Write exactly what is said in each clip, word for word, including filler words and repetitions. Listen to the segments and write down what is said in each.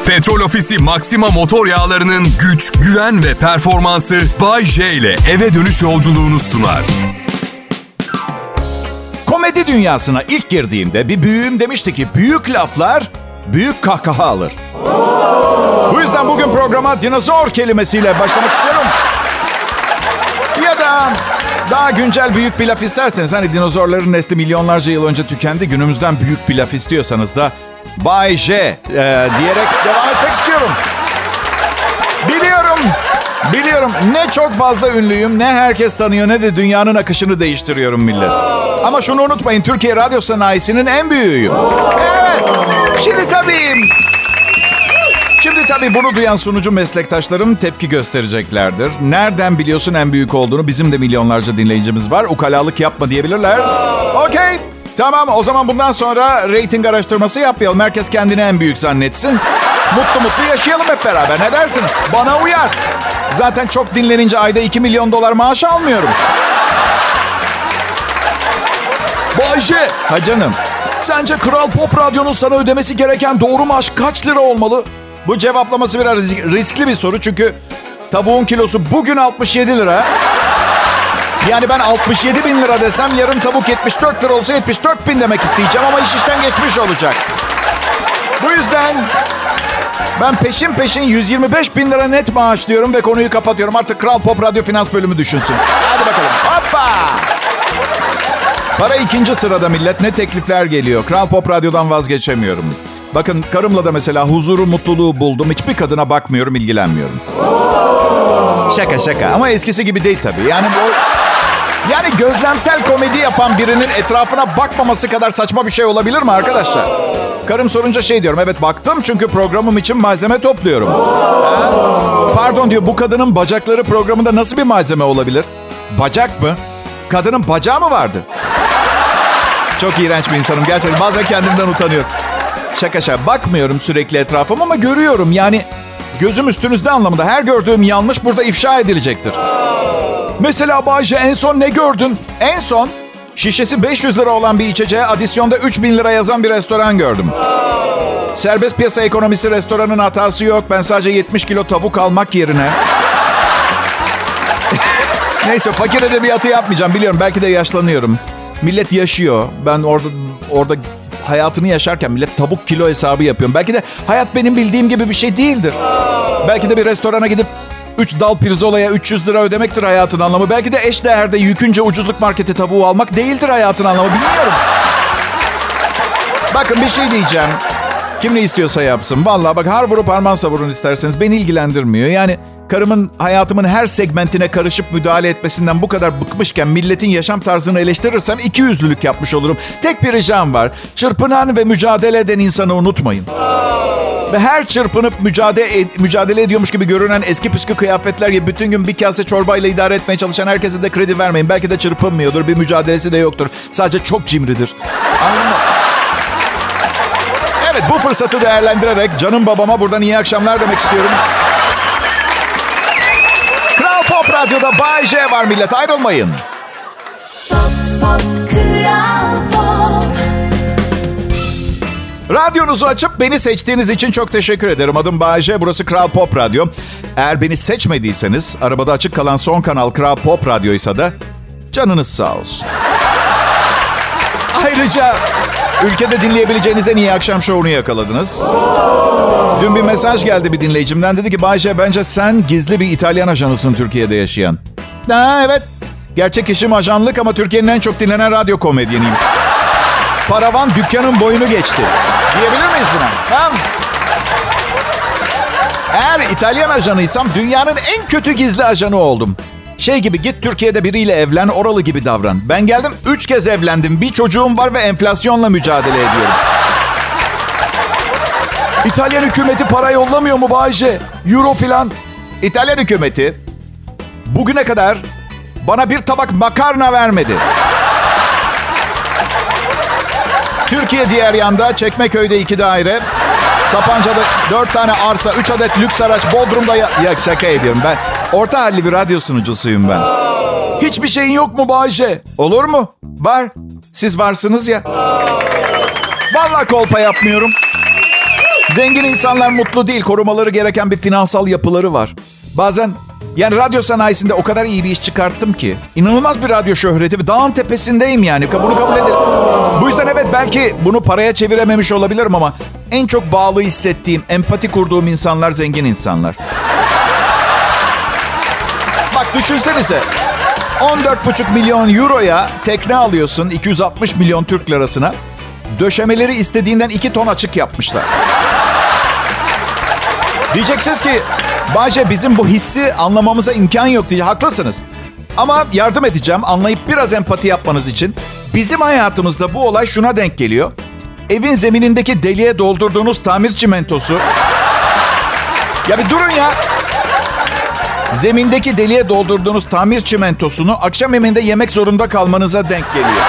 Petrol Ofisi Maxima motor yağlarının güç, güven ve performansı Bay J ile eve dönüş yolculuğunu sunar. Komedi dünyasına ilk girdiğimde bir büyüğüm demişti ki büyük laflar büyük kahkaha alır. Bu yüzden bugün programa dinozor kelimesiyle başlamak istiyorum. Ya da daha güncel büyük bir laf isterseniz, hani dinozorların nesli milyonlarca yıl önce tükendi, günümüzden büyük bir laf istiyorsanız da Bay J e, diyerek devam etmek istiyorum. Biliyorum, biliyorum ne çok fazla ünlüyüm, ne herkes tanıyor, ne de dünyanın akışını değiştiriyorum millet. Ama şunu unutmayın, Türkiye radyo sanayisinin en büyüğüyüm. Evet, şimdi tabii... Şimdi tabii bunu duyan sunucu meslektaşlarım tepki göstereceklerdir. Nereden biliyorsun en büyük olduğunu? Bizim de milyonlarca dinleyicimiz var. Ukalalık yapma diyebilirler. Okey. Tamam, o zaman bundan sonra reyting araştırması yapmayalım. Herkes kendini en büyük zannetsin. Mutlu mutlu yaşayalım hep beraber. Ne dersin? Bana uyar. Zaten çok dinlenince ayda iki milyon dolar maaş almıyorum. Bay J. Ha canım. Sence Kral Pop Radyo'nun sana ödemesi gereken doğru maaş kaç lira olmalı? Bu cevaplaması biraz riskli bir soru çünkü tavuğun kilosu bugün altmış yedi lira. Yani ben altmış yedi bin lira desem yarın tavuk yetmiş dört lira olsa yetmiş dört bin demek isteyeceğim ama iş işten geçmiş olacak. Bu yüzden ben peşin peşin yüz yirmi beş bin lira net maaş diyorum ve konuyu kapatıyorum. Artık Kral Pop Radyo Finans bölümü düşünsün. Hadi bakalım. Hoppa! Para ikinci sırada millet. Ne teklifler geliyor. Kral Pop Radyo'dan vazgeçemiyorum. Bakın karımla da mesela huzuru, mutluluğu buldum. Hiçbir kadına bakmıyorum, ilgilenmiyorum. Şaka şaka ama eskisi gibi değil tabii. Yani bu... Yani gözlemsel komedi yapan birinin etrafına bakmaması kadar saçma bir şey olabilir mi arkadaşlar? Karım sorunca şey diyorum. Evet baktım çünkü programım için malzeme topluyorum. Ha? Pardon diyor, bu kadının bacakları programında nasıl bir malzeme olabilir? Bacak mı? Kadının bacağı mı vardı? Çok iğrenç bir insanım gerçekten. Bazen kendimden utanıyorum. Şaka şaka. Bakmıyorum sürekli etrafıma ama görüyorum. Yani gözüm üstünüzde anlamında. Her gördüğüm yanlış burada ifşa edilecektir. Mesela Bay J, en son ne gördün? En son şişesi beş yüz lira olan bir içeceğe adisyonda üç bin lira yazan bir restoran gördüm. Serbest piyasa ekonomisi, restoranın hatası yok. Ben sadece yetmiş kilo tavuk almak yerine... Neyse, fakir edebiyatı yapmayacağım. Biliyorum, belki de yaşlanıyorum. Millet yaşıyor. Ben orada orada hayatını yaşarken millet tavuk kilo hesabı yapıyorum. Belki de hayat benim bildiğim gibi bir şey değildir. Belki de bir restorana gidip üç dal pirzolaya üç yüz lira ödemektir hayatın anlamı. Belki de eşdeğerde yükünce ucuzluk markete tavuğu almak değildir hayatın anlamı. Bilmiyorum. Bakın bir şey diyeceğim. Kim ne istiyorsa yapsın. Vallahi bak, har vurup harman savurun isterseniz. Beni ilgilendirmiyor. Yani karımın hayatımın her segmentine karışıp müdahale etmesinden bu kadar bıkmışken milletin yaşam tarzını eleştirirsem ikiyüzlülük yapmış olurum. Tek bir ricam var. Çırpınan ve mücadele eden insanı unutmayın. Ve her çırpınıp mücadele, ed- mücadele ediyormuş gibi görünen eski püskü kıyafetler gibi bütün gün bir kase çorbayla idare etmeye çalışan herkese de kredi vermeyin. Belki de çırpınmıyordur, bir mücadelesi de yoktur. Sadece çok cimridir. Anladın mı? Evet, bu fırsatı değerlendirerek canım babama buradan iyi akşamlar demek istiyorum. Kral Pop Radyo'da Bay J var millet, ayrılmayın. Pop, pop, Kral Pop. Radyonuzu açıp beni seçtiğiniz için çok teşekkür ederim. Adım Bay J, burası Kral Pop Radyo. Eğer beni seçmediyseniz, arabada açık kalan son kanal Kral Pop Radyo'ysa da canınız sağ olsun. Ayrıca ülkede dinleyebileceğiniz en iyi akşam şovunu yakaladınız. Dün bir mesaj geldi bir dinleyicimden. Dedi ki Bay J, bence sen gizli bir İtalyan ajanısın Türkiye'de yaşayan. Ha, evet. Gerçek işim ajanlık ama Türkiye'nin en çok dinlenen radyo komedyeniyim. Paravan dükkanın boyunu geçti. Diyebilir miyiz buna? Tamam. Eğer İtalyan ajanıysam dünyanın en kötü gizli ajanı oldum. Şey gibi, git Türkiye'de biriyle evlen, oralı gibi davran. Ben geldim, üç kez evlendim. Bir çocuğum var ve enflasyonla mücadele ediyorum. İtalyan hükümeti para yollamıyor mu Bay J? Euro filan. İtalyan hükümeti bugüne kadar bana bir tabak makarna vermedi. Türkiye diğer yanda, Çekmeköy'de iki daire, Sapanca'da dört tane arsa, üç adet lüks araç, Bodrum'da... Ya, ya şaka ediyorum ben. Orta halli bir radyo sunucusuyum ben. Hiçbir şeyin yok mu Bay J? Olur mu? Var. Siz varsınız ya. Vallahi kolpa yapmıyorum. Zengin insanlar mutlu değil. Korumaları gereken bir finansal yapıları var. Bazen yani radyo sanayisinde o kadar iyi bir iş çıkarttım ki. İnanılmaz bir radyo şöhreti ve dağın tepesindeyim yani. Bunu kabul ederim. Bu yüzden evet belki bunu paraya çevirememiş olabilirim ama en çok bağlı hissettiğim, empati kurduğum insanlar zengin insanlar. Bak düşünsenize. on dört buçuk milyon euroya tekne alıyorsun, iki yüz altmış milyon Türk lirasına. Döşemeleri istediğinden iki ton açık yapmışlar. Diyeceksiniz ki Bayce bizim bu hissi anlamamıza imkan yok diye. Haklısınız. Ama yardım edeceğim anlayıp biraz empati yapmanız için. Bizim hayatımızda bu olay şuna denk geliyor. Evin zeminindeki deliğe doldurduğunuz tamiz çimentosu. Ya bir durun ya. Zemindeki deliğe doldurduğunuz tamir çimentosunu akşam yemeğinde yemek zorunda kalmanıza denk geliyor.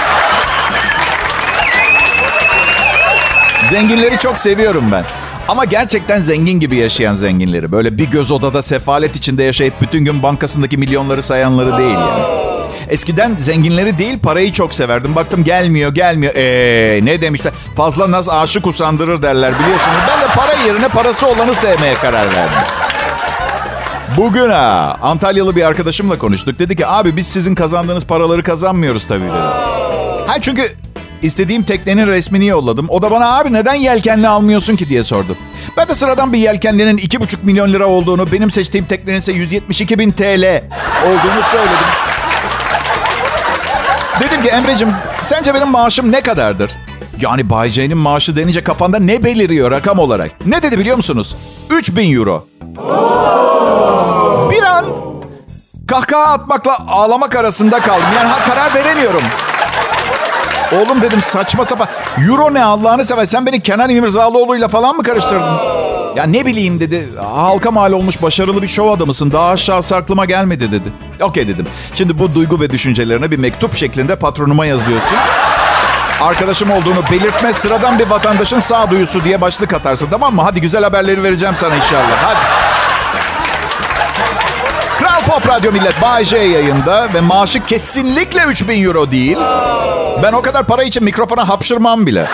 Zenginleri çok seviyorum ben. Ama gerçekten zengin gibi yaşayan zenginleri. Böyle bir göz odada sefalet içinde yaşayıp bütün gün bankasındaki milyonları sayanları değil yani. Eskiden zenginleri değil parayı çok severdim. Baktım gelmiyor gelmiyor. Eee ne demişler? Fazla naz aşık usandırır derler biliyorsunuz. Ben de para yerine parası olanı sevmeye karar verdim. Bugün ha Antalyalı bir arkadaşımla konuştuk. Dedi ki abi biz sizin kazandığınız paraları kazanmıyoruz tabii dedi. Ha çünkü istediğim teknenin resmini yolladım. O da bana abi neden yelkenli almıyorsun ki diye sordu. Ben de sıradan bir yelkenlinin iki buçuk milyon lira olduğunu, benim seçtiğim teknenin ise yüz yetmiş iki bin T L olduğunu söyledim. Dedim ki Emre'cim sence benim maaşım ne kadardır? Yani Bay J'nin maaşı denince kafanda ne beliriyor rakam olarak? Ne dedi biliyor musunuz? üç bin euro. Bir an kahkaha atmakla ağlamak arasında kaldım. Yani ha, karar veremiyorum. Oğlum dedim saçma sapan. Euro ne Allah'ını sever. Sen beni Kenan İmirzalıoğlu'yla falan mı karıştırdın? Ya ne bileyim dedi. Halka mal olmuş başarılı bir şov adamısın. Daha aşağısı aklıma gelmedi dedi. Okey dedim. Şimdi bu duygu ve düşüncelerini bir mektup şeklinde patronuma yazıyorsun. Arkadaşım olduğunu belirtme, sıradan bir vatandaşın sağduyusu diye başlık atarsın, tamam mı? Hadi güzel haberleri vereceğim sana inşallah. Hadi. Kral Pop Radyo Millet Bay J yayında ve maaşı kesinlikle üç bin euro değil. Ben o kadar para için mikrofona hapşırmam bile.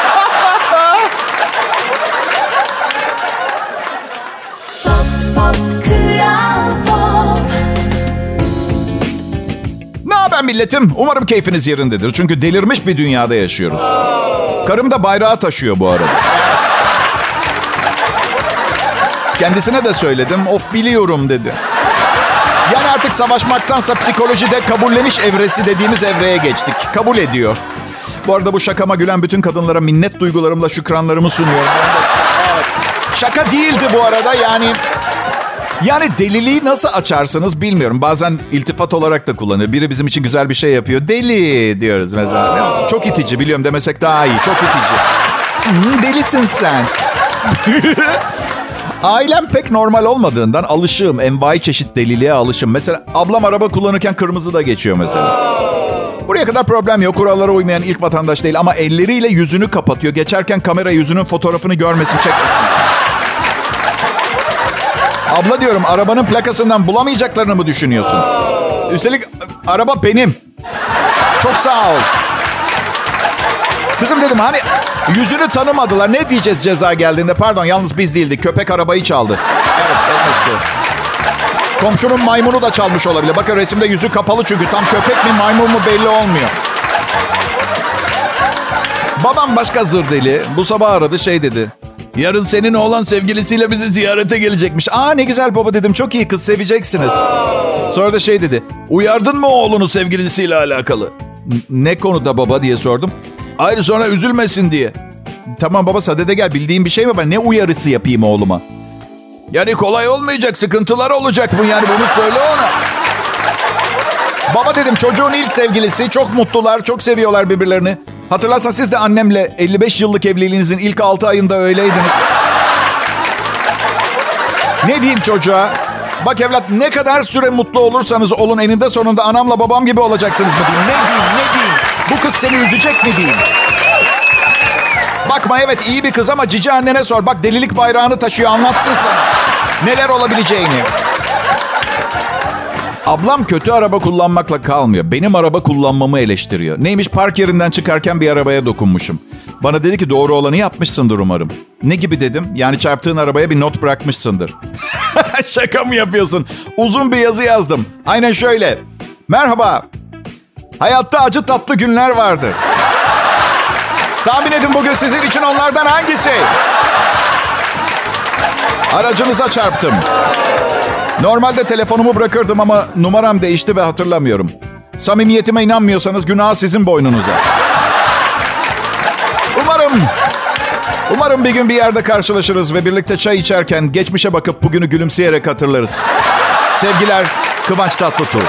Ne haber milletim? Umarım keyfiniz yerindedir. Çünkü delirmiş bir dünyada yaşıyoruz. Karım da bayrağı taşıyor bu arada. Kendisine de söyledim. Of biliyorum dedi. Yani artık savaşmaktansa psikolojide kabulleniş evresi dediğimiz evreye geçtik. Kabul ediyor. Bu arada bu şakama gülen bütün kadınlara minnet duygularımla şükranlarımı sunuyorum. Evet. Şaka değildi bu arada yani. Yani deliliği nasıl açarsınız bilmiyorum. Bazen iltifat olarak da kullanıyor. Biri bizim için güzel bir şey yapıyor. Deli diyoruz mesela. Çok itici biliyorum demesek daha iyi. Çok itici. Hmm, delisin sen. Ailem pek normal olmadığından alışığım. Envai çeşit deliliğe alışım. Mesela ablam araba kullanırken kırmızı da geçiyor mesela. Buraya kadar problem yok. Kurallara uymayan ilk vatandaş değil. Ama elleriyle yüzünü kapatıyor. Geçerken kamera yüzünün fotoğrafını görmesin, çekmesin. Abla diyorum arabanın plakasından bulamayacaklarını mı düşünüyorsun? Üstelik araba benim. Çok sağ ol. Kızım dedim hani yüzünü tanımadılar. Ne diyeceğiz ceza geldiğinde? Pardon yalnız biz değildik. Köpek arabayı çaldı. Evet, evet. Komşunun maymunu da çalmış olabilir. Bakın resimde yüzü kapalı çünkü. Tam köpek mi maymun mu belli olmuyor. Babam başka zır deli. Bu sabah aradı şey dedi. Yarın senin oğlan sevgilisiyle bizi ziyarete gelecekmiş. Aa ne güzel baba dedim. Çok iyi kız seveceksiniz. Sonra da şey dedi. Uyardın mı oğlunu sevgilisiyle alakalı? Ne konuda baba diye sordum. Ayrı sonra üzülmesin diye. Tamam baba sadede gel bildiğin bir şey mi var? Ne uyarısı yapayım oğluma? Yani kolay olmayacak sıkıntılar olacak mı yani bunu söyle ona. Baba dedim çocuğun ilk sevgilisi çok mutlular çok seviyorlar birbirlerini. Hatırlarsan siz de annemle elli beş yıllık evliliğinizin ilk altı ayında öyleydiniz. Ne diyeyim çocuğa? Bak evlat ne kadar süre mutlu olursanız olun eninde sonunda anamla babam gibi olacaksınız mı diyeyim? Ne diyeyim ne diyeyim? Bu kız seni üzecek mi diyeyim? Bakma evet iyi bir kız ama cici annene sor. Bak delilik bayrağını taşıyor anlatsın sana. Neler olabileceğini. Ablam kötü araba kullanmakla kalmıyor. Benim araba kullanmamı eleştiriyor. Neymiş park yerinden çıkarken bir arabaya dokunmuşum. Bana dedi ki doğru olanı yapmışsındır umarım. Ne gibi dedim? Yani çarptığın arabaya bir not bırakmışsındır. Şaka mı yapıyorsun? Uzun bir yazı yazdım. Aynen şöyle. Merhaba. Hayatta acı tatlı günler vardır. Tahmin edin bugün sizin için onlardan hangisi? Aracınıza çarptım. Normalde telefonumu bırakırdım ama numaram değişti ve hatırlamıyorum. Samimiyetime inanmıyorsanız günah sizin boynunuza. Umarım, umarım bir gün bir yerde karşılaşırız ve birlikte çay içerken geçmişe bakıp bugünü gülümseyerek hatırlarız. Sevgiler, Kıvanç Tatlıtuğ.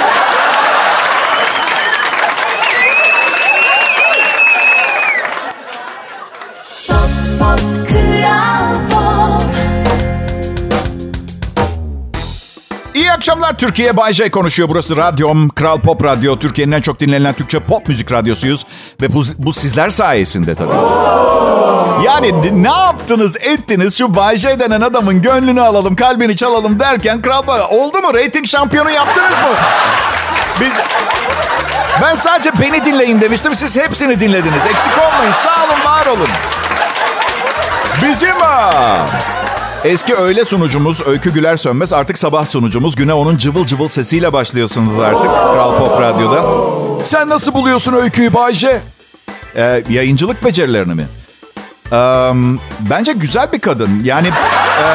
İyi akşamlar Türkiye. Bay J konuşuyor. Burası radyom. Kral Pop Radyo. Türkiye'nin en çok dinlenilen Türkçe pop müzik radyosuyuz. Ve bu, bu sizler sayesinde tabii. Yani ne yaptınız ettiniz şu Bay J denen adamın gönlünü alalım, kalbini çalalım derken Kral Pop... Oldu mu? Rating şampiyonu yaptınız mı? Biz... Ben sadece beni dinleyin demiştim. Siz hepsini dinlediniz. Eksik olmayın. Sağ olun, var olun. Bizim... Ha. Eski öğle sunucumuz Öykü Güler Sönmez artık sabah sunucumuz. Güne onun cıvıl cıvıl sesiyle başlıyorsunuz artık Kral Pop Radyo'da. Sen nasıl buluyorsun Öykü'yü Bay J? Ee, yayıncılık becerilerini mi? Ee, bence güzel bir kadın. Yani... E,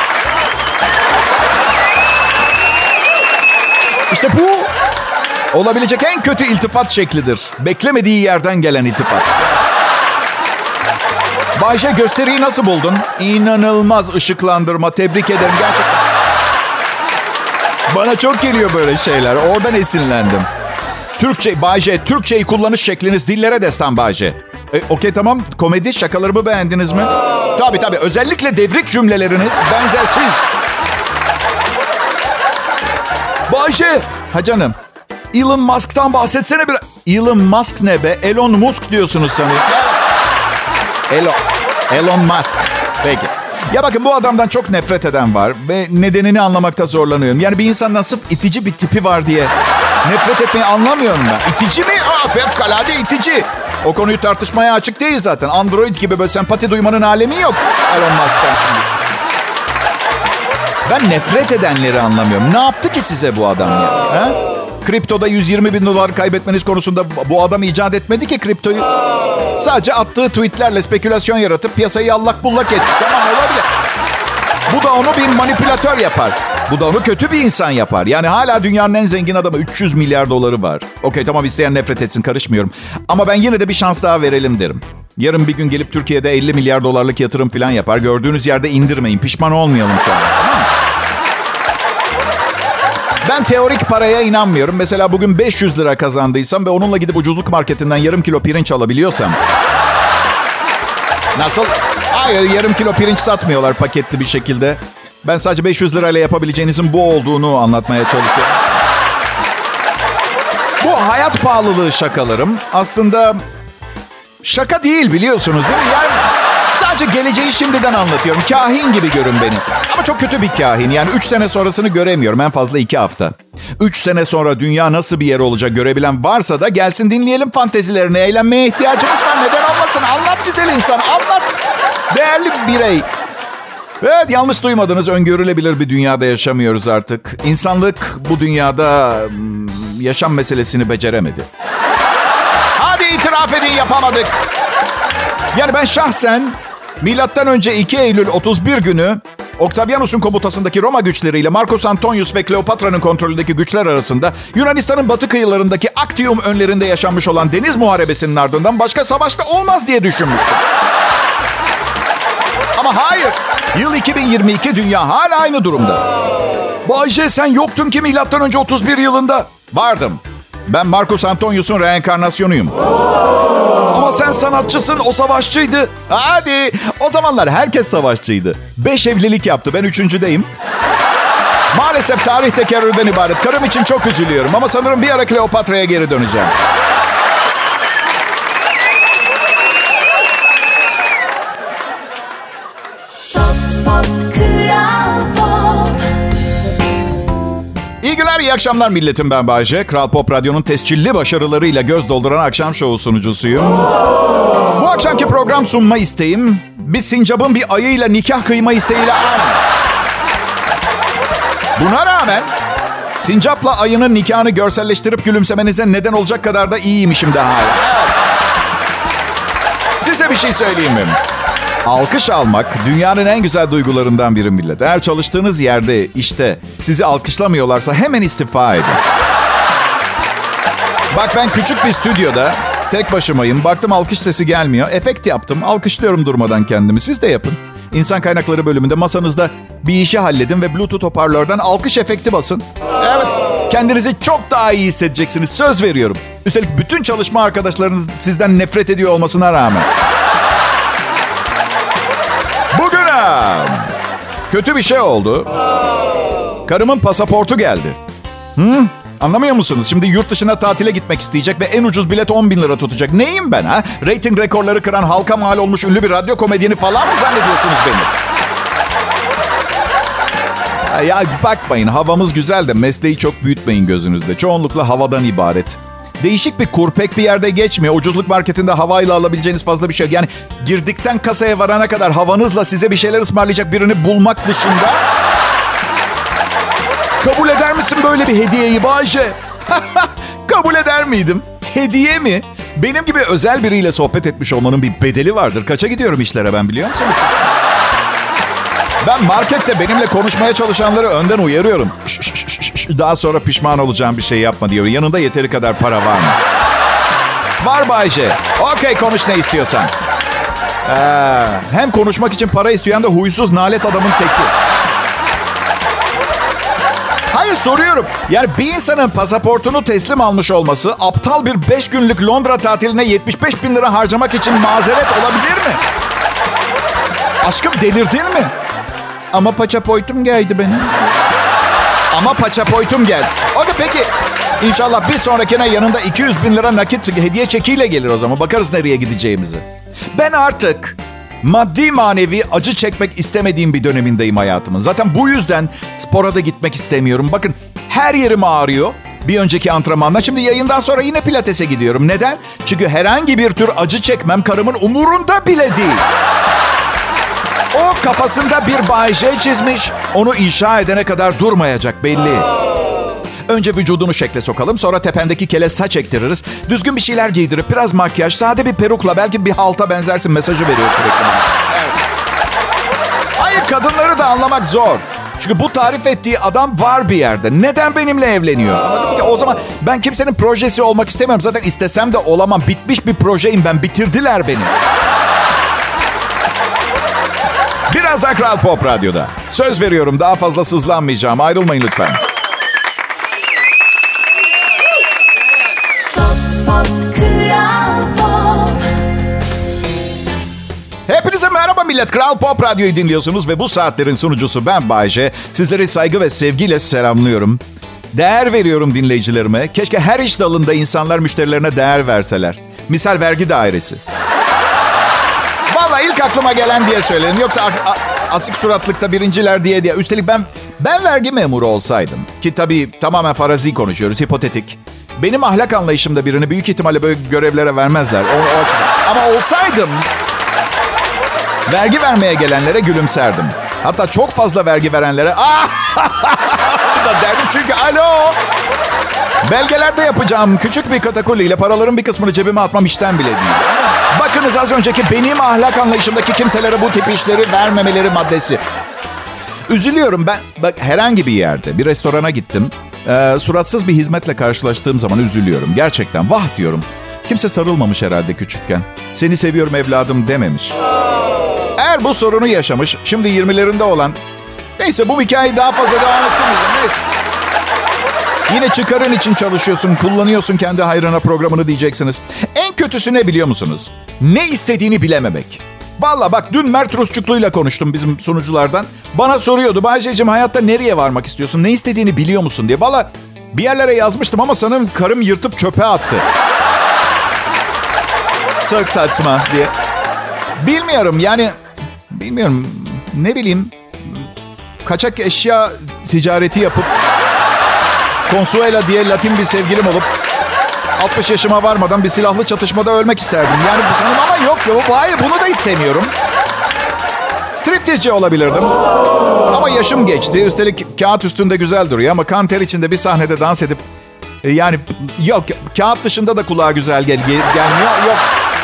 işte bu olabilecek en kötü iltifat şeklidir. Beklemediği yerden gelen iltifat. Bayşe, gösteriyi nasıl buldun? İnanılmaz ışıklandırma. Tebrik ederim gerçekten. Bana çok geliyor böyle şeyler. Oradan esinlendim. Türkçe, Bayşe, Türkçeyi kullanış şekliniz dillere destan Bayşe. E, Okey tamam. Komedi şakalarımı beğendiniz mi? Tabii tabii. Özellikle devrik cümleleriniz benzersiz. Bayşe. Ha canım. Elon Musk'tan bahsetsene bir... Elon Musk ne be? Elon Musk diyorsunuz sanırım. Elon, Elon Musk. Peki. Ya bakın bu adamdan çok nefret eden var ve nedenini anlamakta zorlanıyorum. Yani bir insandan sırf itici bir tipi var diye nefret etmeyi anlamıyorum ben. İtici mi? Aa, fevkalade itici. O konuyu tartışmaya açık değil zaten. Android gibi böyle sempati duymanın alemi yok Elon Musk'tan şimdi. Ben nefret edenleri anlamıyorum. Ne yaptı ki size bu adam ya? Ha? Kriptoda yüz yirmi bin dolar kaybetmeniz konusunda bu adam icat etmedi ki kriptoyu. Sadece attığı tweetlerle spekülasyon yaratıp piyasayı allak bullak etti. Tamam, olabilir. Bu da onu bir manipülatör yapar. Bu da onu kötü bir insan yapar. Yani hala dünyanın en zengin adamı, üç yüz milyar doları var. Okey tamam, isteyen nefret etsin, karışmıyorum. Ama ben yine de bir şans daha verelim derim. Yarın bir gün gelip Türkiye'de elli milyar dolarlık yatırım falan yapar. Gördüğünüz yerde indirmeyin. Pişman olmayalım sonra. Tamam mı? Ben teorik paraya inanmıyorum. Mesela bugün beş yüz lira kazandıysam ve onunla gidip ucuzluk marketinden yarım kilo pirinç alabiliyorsam. Nasıl? Hayır, yarım kilo pirinç satmıyorlar paketli bir şekilde. Ben sadece beş yüz lirayla yapabileceğinizin bu olduğunu anlatmaya çalışıyorum. Bu hayat pahalılığı şakalarım aslında şaka değil, biliyorsunuz değil mi? Yani sadece geleceği şimdiden anlatıyorum. Kahin gibi görün beni. Ama çok kötü bir kahin. Yani üç sene sonrasını göremiyorum. En fazla iki hafta. Üç sene sonra dünya nasıl bir yer olacak görebilen varsa da gelsin, dinleyelim fantezilerini. Eğlenmeye ihtiyacımız var. Neden olmasın? Anlat güzel insan. Anlat. Değerli birey. Evet, yanlış duymadınız. Öngörülebilir bir dünyada yaşamıyoruz artık. İnsanlık bu dünyada yaşam meselesini beceremedi. Hadi itiraf edin, yapamadık. Yani ben şahsen milattan önce iki Eylül otuz bir günü Octavianus'un komutasındaki Roma güçleriyle Marcus Antonius ve Kleopatra'nın kontrolündeki güçler arasında Yunanistan'ın batı kıyılarındaki Actium önlerinde yaşanmış olan deniz muharebesinin ardından başka savaşta olmaz diye düşünmüştüm. Ama hayır. Yıl iki bin yirmi iki, dünya hala aynı durumda. Bay J, sen yoktun ki milattan önce otuz bir yılında. Vardım. Ben Marcus Antonius'un reenkarnasyonuyum. Ama sen sanatçısın, o savaşçıydı. Hadi. O zamanlar herkes savaşçıydı. Beş evlilik yaptı. Ben üçüncüdeyim. Maalesef tarih tekerrürden ibaret. Karım için çok üzülüyorum ama sanırım bir ara Kleopatra'ya geri döneceğim. Merhabalar, iyi akşamlar milletim, ben Bayce. Kral Pop Radyo'nun tescilli başarılarıyla göz dolduran akşam şovu sunucusuyum. Bu akşamki program sunma isteğim, bir sincapın bir ayıyla nikah kıyma isteğiyle aynı. Buna rağmen sincapla ayının nikahını görselleştirip gülümsemenize neden olacak kadar da iyiymişim de hala. Size bir şey söyleyeyim mi? Alkış almak dünyanın en güzel duygularından biri millet. Eğer çalıştığınız yerde, işte sizi alkışlamıyorlarsa hemen istifa edin. Bak, ben küçük bir stüdyoda tek başımayım. Baktım alkış sesi gelmiyor. Efekt yaptım. Alkışlıyorum durmadan kendimi. Siz de yapın. İnsan kaynakları bölümünde masanızda bir işi halledin ve Bluetooth hoparlörden alkış efekti basın. Evet. Kendinizi çok daha iyi hissedeceksiniz. Söz veriyorum. Üstelik bütün çalışma arkadaşlarınız sizden nefret ediyor olmasına rağmen. Bugün ha, kötü bir şey oldu. Karımın pasaportu geldi. Hı? Anlamıyor musunuz? Şimdi yurt dışına tatile gitmek isteyecek ve en ucuz bilet on bin lira tutacak. Neyim ben ha? Rating rekorları kıran, halka mal olmuş ünlü bir radyo komedyeni falan mı zannediyorsunuz beni? Ya bakmayın, havamız güzel de mesleği çok büyütmeyin gözünüzde. Çoğunlukla havadan ibaret. Değişik bir kur, pek bir yerde geçmiyor. Ucuzluk marketinde havayla alabileceğiniz fazla bir şey yok. Yani girdikten kasaya varana kadar havanızla size bir şeyler ısmarlayacak birini bulmak dışında... Kabul eder misin böyle bir hediyeyi Bayce? Kabul eder miydim? Hediye mi? Benim gibi özel biriyle sohbet etmiş olmanın bir bedeli vardır. Kaça gidiyorum işlere ben, biliyor musunuz? Ben markette benimle konuşmaya çalışanları önden uyarıyorum. Şş, şş, şş, şş. Daha sonra pişman olacağım bir şey yapma diyor. Yanında yeteri kadar para var mı? Var Bayce. Okey, konuş ne istiyorsan. Ee, hem konuşmak için para isteyen de huysuz nalet adamın teki. Hayır, soruyorum. Yani bir insanın pasaportunu teslim almış olması aptal bir beş günlük Londra tatiline yetmiş beş bin lira harcamak için mazeret olabilir mi? Aşkım, delirdin mi? Ama paçaportum geldi benim. Ama paçaportum geldi. Okey, peki. İnşallah bir sonrakine yanında iki yüz bin lira nakit hediye çekiyle gelir o zaman. Bakarız nereye gideceğimizi. Ben artık maddi manevi acı çekmek istemediğim bir dönemindeyim hayatımın. Zaten bu yüzden spora da gitmek istemiyorum. Bakın, her yerim ağrıyor. Bir önceki antrenmandan şimdi yayından sonra yine pilatese gidiyorum. Neden? Çünkü herhangi bir tür acı çekmem karımın umurunda bile değil. O kafasında bir Bay J çizmiş. Onu inşa edene kadar durmayacak belli. Önce vücudunu şekle sokalım. Sonra tependeki kele saç ektiririz. Düzgün bir şeyler giydirip biraz makyaj, sade bir perukla belki bir halta benzersin mesajı veriyor sürekli. Evet. Hayır, kadınları da anlamak zor. Çünkü bu tarif ettiği adam var bir yerde. Neden benimle evleniyor? Anladın mı? O zaman ben kimsenin projesi olmak istemiyorum. Zaten istesem de olamam. Bitmiş bir projeyim ben. Bitirdiler beni. Birazdan Kral Pop Radyo'da. Söz veriyorum, daha fazla sızlanmayacağım. Ayrılmayın lütfen. Hepinize merhaba millet. Kral Pop Radyo'yu dinliyorsunuz ve bu saatlerin sunucusu ben Bayce. Sizleri saygı ve sevgiyle selamlıyorum. Değer veriyorum dinleyicilerime. Keşke her iş dalında insanlar müşterilerine değer verseler. Misal vergi dairesi. Vallahi ilk aklıma gelen diye söyledim. Yoksa as- a- asık suratlıkta birinciler diye diye. Üstelik ben ben vergi memuru olsaydım, ki tabii tamamen farazi konuşuyoruz, hipotetik. Benim ahlak anlayışımda birini büyük ihtimalle böyle görevlere vermezler. O, o açıdan. Ama olsaydım vergi vermeye gelenlere gülümserdim. Hatta çok fazla vergi verenlere ah da derdim çünkü alo. Belgelerde yapacağım küçük bir katakulliyle paraların bir kısmını cebime atmam işten bile değil. Bakınız, az önceki benim ahlak anlayışımdaki kimselere bu tip işleri vermemeleri maddesi. Üzülüyorum ben. Bak, herhangi bir yerde bir restorana gittim. Ee, suratsız bir hizmetle karşılaştığım zaman üzülüyorum. Gerçekten vah diyorum. Kimse sarılmamış herhalde küçükken. Seni seviyorum evladım dememiş. Eğer bu sorunu yaşamış, şimdi yirmilerinde olan... Neyse, bu hikayeyi daha fazla devam ettirmeyeceğim. Neyse. Yine çıkarın için çalışıyorsun, kullanıyorsun kendi hayrına programını diyeceksiniz. En kötüsü ne biliyor musunuz? Ne istediğini bilememek. Valla bak, dün Mert Rusçuklu'yla konuştum, bizim sunuculardan. Bana soruyordu, Bayce'cim hayatta nereye varmak istiyorsun? Ne istediğini biliyor musun diye. Valla bir yerlere yazmıştım ama sanırım karım yırtıp çöpe attı. Çok saçma diye. Bilmiyorum yani, bilmiyorum, ne bileyim. Kaçak eşya ticareti yapıp Consuela diye Latin bir sevgilim olup altmış yaşıma varmadan bir silahlı çatışmada ölmek isterdim. Yani bu sanırım ama yok ya. Hayır, bunu da istemiyorum. Striptizci olabilirdim. Ama yaşım geçti. Üstelik kağıt üstünde güzel duruyor ama kan ter içinde bir sahnede dans edip e, yani yok, kağıt dışında da kulağa güzel gel, gel gelmiyor. Yok.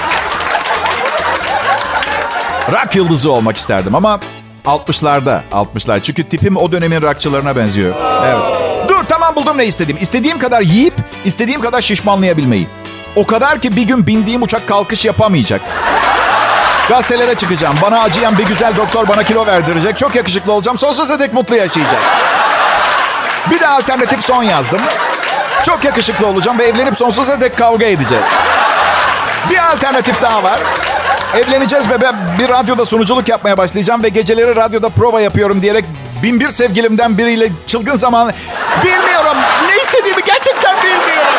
Rock yıldızı olmak isterdim ama altmışlarda, altmışlar. Çünkü tipim o dönemin rockçılarına benziyor. Evet. Dur, tamam, buldum ne istediğim. İstediğim kadar yiyip istediğim kadar şişmanlayabilmeyi. O kadar ki bir gün bindiğim uçak kalkış yapamayacak. Gazetelere çıkacağım. Bana acıyan bir güzel doktor bana kilo verdirecek. Çok yakışıklı olacağım. Sonsuza dek mutlu yaşayacağım. Bir de alternatif son yazdım. Çok yakışıklı olacağım ve evlenip sonsuza dek kavga edeceğiz. Bir alternatif daha var. Evleneceğiz ve ben bir radyoda sunuculuk yapmaya başlayacağım ve geceleri radyoda prova yapıyorum diyerek bin bir sevgilimden biriyle çılgın zaman... Bilmiyorum. Ne istediğimi gerçekten bilmiyorum.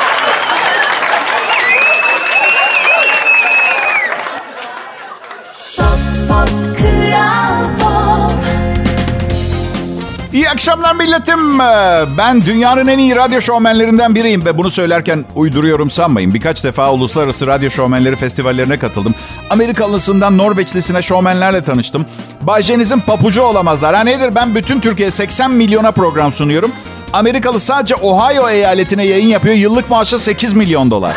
İyi akşamlar milletim. Ben dünyanın en iyi radyo şovmenlerinden biriyim ve bunu söylerken uyduruyorum sanmayın. Birkaç defa uluslararası radyo şovmenleri festivallerine katıldım. Amerikalısından Norveçlisine şovmenlerle tanıştım. Bay J'nizin papucu olamazlar. Ha nedir? Ben bütün Türkiye seksen milyona program sunuyorum. Amerikalı sadece Ohio eyaletine yayın yapıyor. Yıllık maaşı sekiz milyon dolar.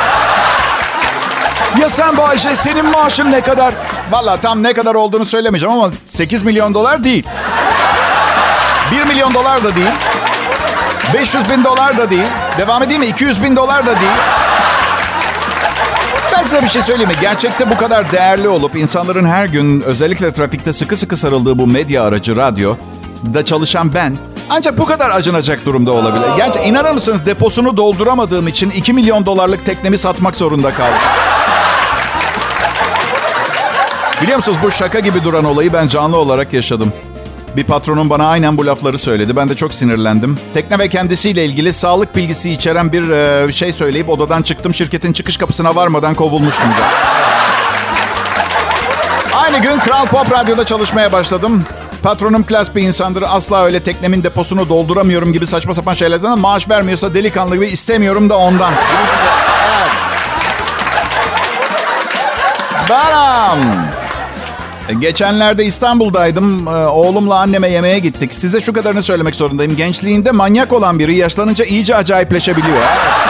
Ya sen Bay J, senin maaşın ne kadar? Vallahi tam ne kadar olduğunu söylemeyeceğim ama sekiz milyon dolar değil. bir milyon dolar da değil. beş yüz bin dolar da değil. Devam edeyim mi? iki yüz bin dolar da değil. Ben size bir şey söyleyeyim mi? Gerçekte bu kadar değerli olup insanların her gün özellikle trafikte sıkı sıkı sarıldığı bu medya aracı radyo da çalışan ben ancak bu kadar acınacak durumda olabilir. Gerçi inanır mısınız, deposunu dolduramadığım için iki milyon dolarlık teknemi satmak zorunda kaldım. Biliyor musunuz, bu şaka gibi duran olayı ben canlı olarak yaşadım. Bir patronum bana aynen bu lafları söyledi. Ben de çok sinirlendim. Tekne ve kendisiyle ilgili sağlık bilgisi içeren bir e, şey söyleyip odadan çıktım. Şirketin çıkış kapısına varmadan kovulmuştum. Aynı gün Kral Pop Radyo'da çalışmaya başladım. Patronum klas bir insandır. Asla öyle teknemin deposunu dolduramıyorum gibi saçma sapan şeylerden maaş vermiyorsa delikanlı gibi istemiyorum da ondan. Evet. Baram. Geçenlerde İstanbul'daydım. Oğlumla anneme yemeğe gittik. Size şu kadarını söylemek zorundayım. Gençliğinde manyak olan biri yaşlanınca iyice acayipleşebiliyor.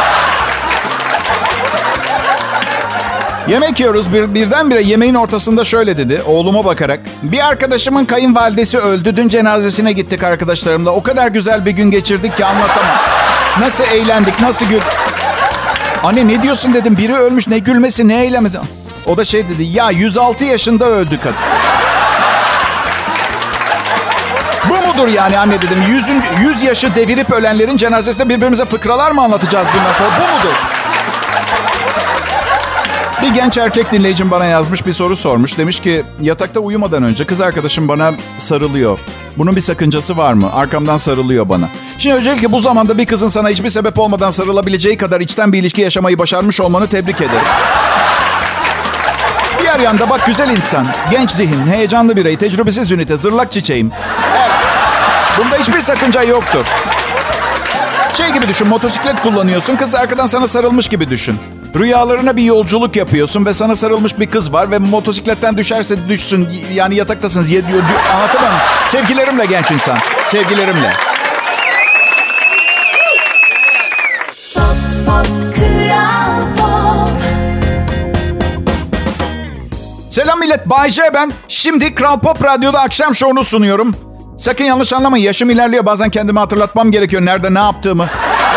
Yemek yiyoruz. Bir, birdenbire yemeğin ortasında şöyle dedi oğluma bakarak. Bir arkadaşımın kayınvalidesi öldü. Dün cenazesine gittik arkadaşlarımla. O kadar güzel bir gün geçirdik ki anlatamam. Nasıl eğlendik, nasıl gül... Anne ne diyorsun dedim. Biri ölmüş, ne gülmesi, ne eğlenmedi. O da şey dedi, ya yüz altı yaşında öldü kadın. Bu mudur yani anne dedim. yüz yaşı devirip ölenlerin cenazesinde birbirimize fıkralar mı anlatacağız bundan sonra? Bu mudur? Bir genç erkek dinleyicim bana yazmış, bir soru sormuş. Demiş ki yatakta uyumadan önce kız arkadaşım bana sarılıyor. Bunun bir sakıncası var mı? Arkamdan sarılıyor bana. Şimdi öncelikle bu zamanda bir kızın sana hiçbir sebep olmadan sarılabileceği kadar içten bir ilişki yaşamayı başarmış olmanı tebrik ederim. Diğer yanda bak, güzel insan, genç zihin, heyecanlı birey, tecrübesiz ünite, zırlak çiçeğim. Evet. Bunda hiçbir sakınca yoktur. Şey gibi düşün, motosiklet kullanıyorsun, kız arkadan sana sarılmış gibi düşün. Rüyalarına bir yolculuk yapıyorsun ve sana sarılmış bir kız var ve motosikletten düşerse düşsün. Yani yataktasınız. Anlatamam. Sevgilerimle genç insan. Sevgilerimle. Selam millet, Bay J ben. Şimdi Kral Pop Radyo'da akşam şovunu sunuyorum. Sakın yanlış anlamayın, yaşım ilerliyor. Bazen kendime hatırlatmam gerekiyor nerede ne yaptığımı.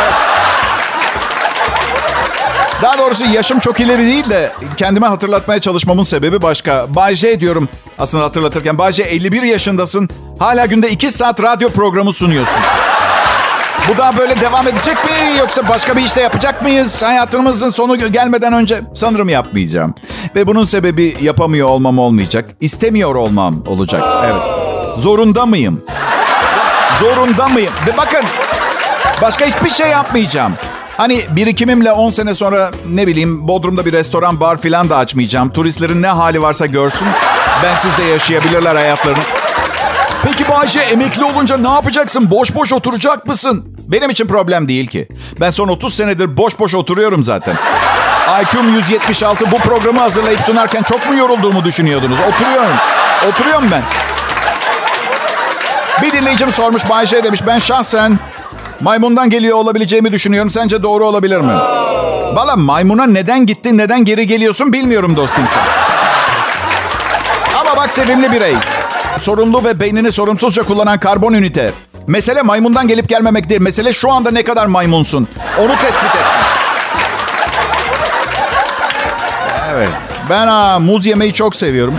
Daha doğrusu yaşım çok ileri değil de kendime hatırlatmaya çalışmamın sebebi başka. Bay J diyorum aslında hatırlatırken. Bay J, elli bir yaşındasın. Hala günde iki saat radyo programı sunuyorsun. Bu daha böyle devam edecek mi, yoksa başka bir işte yapacak mıyız? Hayatımızın sonu gelmeden önce sanırım yapmayacağım. Ve bunun sebebi yapamıyor olmam olmayacak. İstemiyor olmam olacak. Evet. Zorunda mıyım? Zorunda mıyım? Ve bakın, başka hiçbir şey yapmayacağım. Hani birikimimle on sene sonra ne bileyim Bodrum'da bir restoran, bar filan da açmayacağım. Turistlerin ne hali varsa görsün. Bensiz de yaşayabilirler hayatlarını. Peki Bay J, emekli olunca ne yapacaksın? Boş boş oturacak mısın? Benim için problem değil ki. Ben son otuz senedir boş boş oturuyorum zaten. I Q'm yüz yetmiş altı, bu programı hazırlayıp sunarken çok mu yorulduğumu düşünüyordunuz? Oturuyorum. Oturuyorum ben. Bir dinleyicim sormuş, Bay J demiş. Ben şahsen maymundan geliyor olabileceğimi düşünüyorum. Sence doğru olabilir mi? Valla maymuna neden gittin, neden geri geliyorsun bilmiyorum dost insan. Ama bak sevimli birey. Sorumlu ve beynini sorumsuzca kullanan karbon ünite. Mesele maymundan gelip gelmemek değil. Mesele şu anda ne kadar maymunsun. Onu tespit etmek. Evet. Ben aa, muz yemeyi çok seviyorum.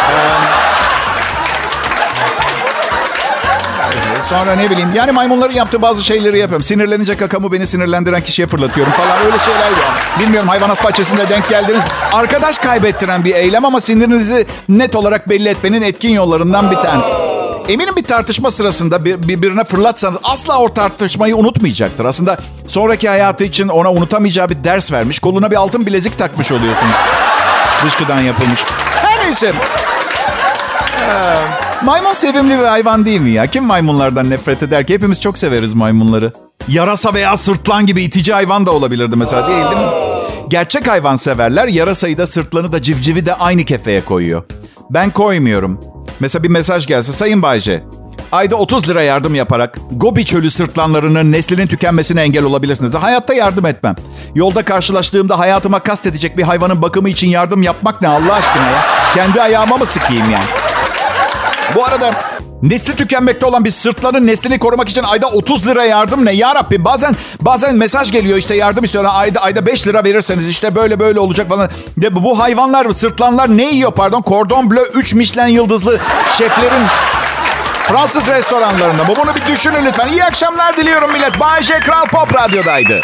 Sonra ne bileyim. Yani maymunların yaptığı bazı şeyleri yapıyorum. Sinirlenince kakamı beni sinirlendiren kişiye fırlatıyorum falan. Öyle şeyler yani. Bilmiyorum, hayvanat bahçesinde denk geldiniz. Arkadaş kaybettiren bir eylem ama sinirinizi net olarak belli etmenin etkin yollarından bir tane. Eminim bir tartışma sırasında bir, birbirine fırlatsanız asla o tartışmayı unutmayacaktır. Aslında sonraki hayatı için ona unutamayacağı bir ders vermiş. Koluna bir altın bilezik takmış oluyorsunuz. Dışkıdan yapılmış. Her neyse. Ee, maymun sevimli bir hayvan değil mi ya? Kim maymunlardan nefret eder ki? Hepimiz çok severiz maymunları. Yarasa veya sırtlan gibi itici hayvan da olabilirdi mesela, değil değil mi? Gerçek hayvanseverler yarasayı da sırtlanı da civcivi de aynı kefeye koyuyor. Ben koymuyorum. Mesela bir mesaj gelse, Sayın Bay J, ayda otuz lira yardım yaparak Gobi çölü sırtlanlarının neslinin tükenmesine engel olabilirsiniz. Hayatta yardım etmem. Yolda karşılaştığımda hayatıma kastedecek bir hayvanın bakımı için yardım yapmak ne Allah aşkına ya? Kendi ayağıma mı sıkayım yani? Bu arada nesli tükenmekte olan bir sırtlanın neslini korumak için ayda otuz lira yardım ne? Ya Rabbim, bazen bazen mesaj geliyor, işte yardım istiyorlar. Ayda ayda beş lira verirseniz işte böyle böyle olacak falan. De, bu hayvanlar, sırtlanlar ne yiyor pardon? Cordon Bleu üç Michelin yıldızlı şeflerin Fransız restoranlarında. Bu bunu bir düşünün lütfen. İyi akşamlar diliyorum millet. Bay J Kral Pop Radyo'daydı.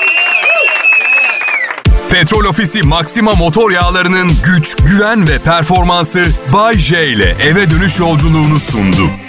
Petrol Ofisi Maxima motor yağlarının güç, güven ve performansı Bay J ile eve dönüş yolculuğunu sundu.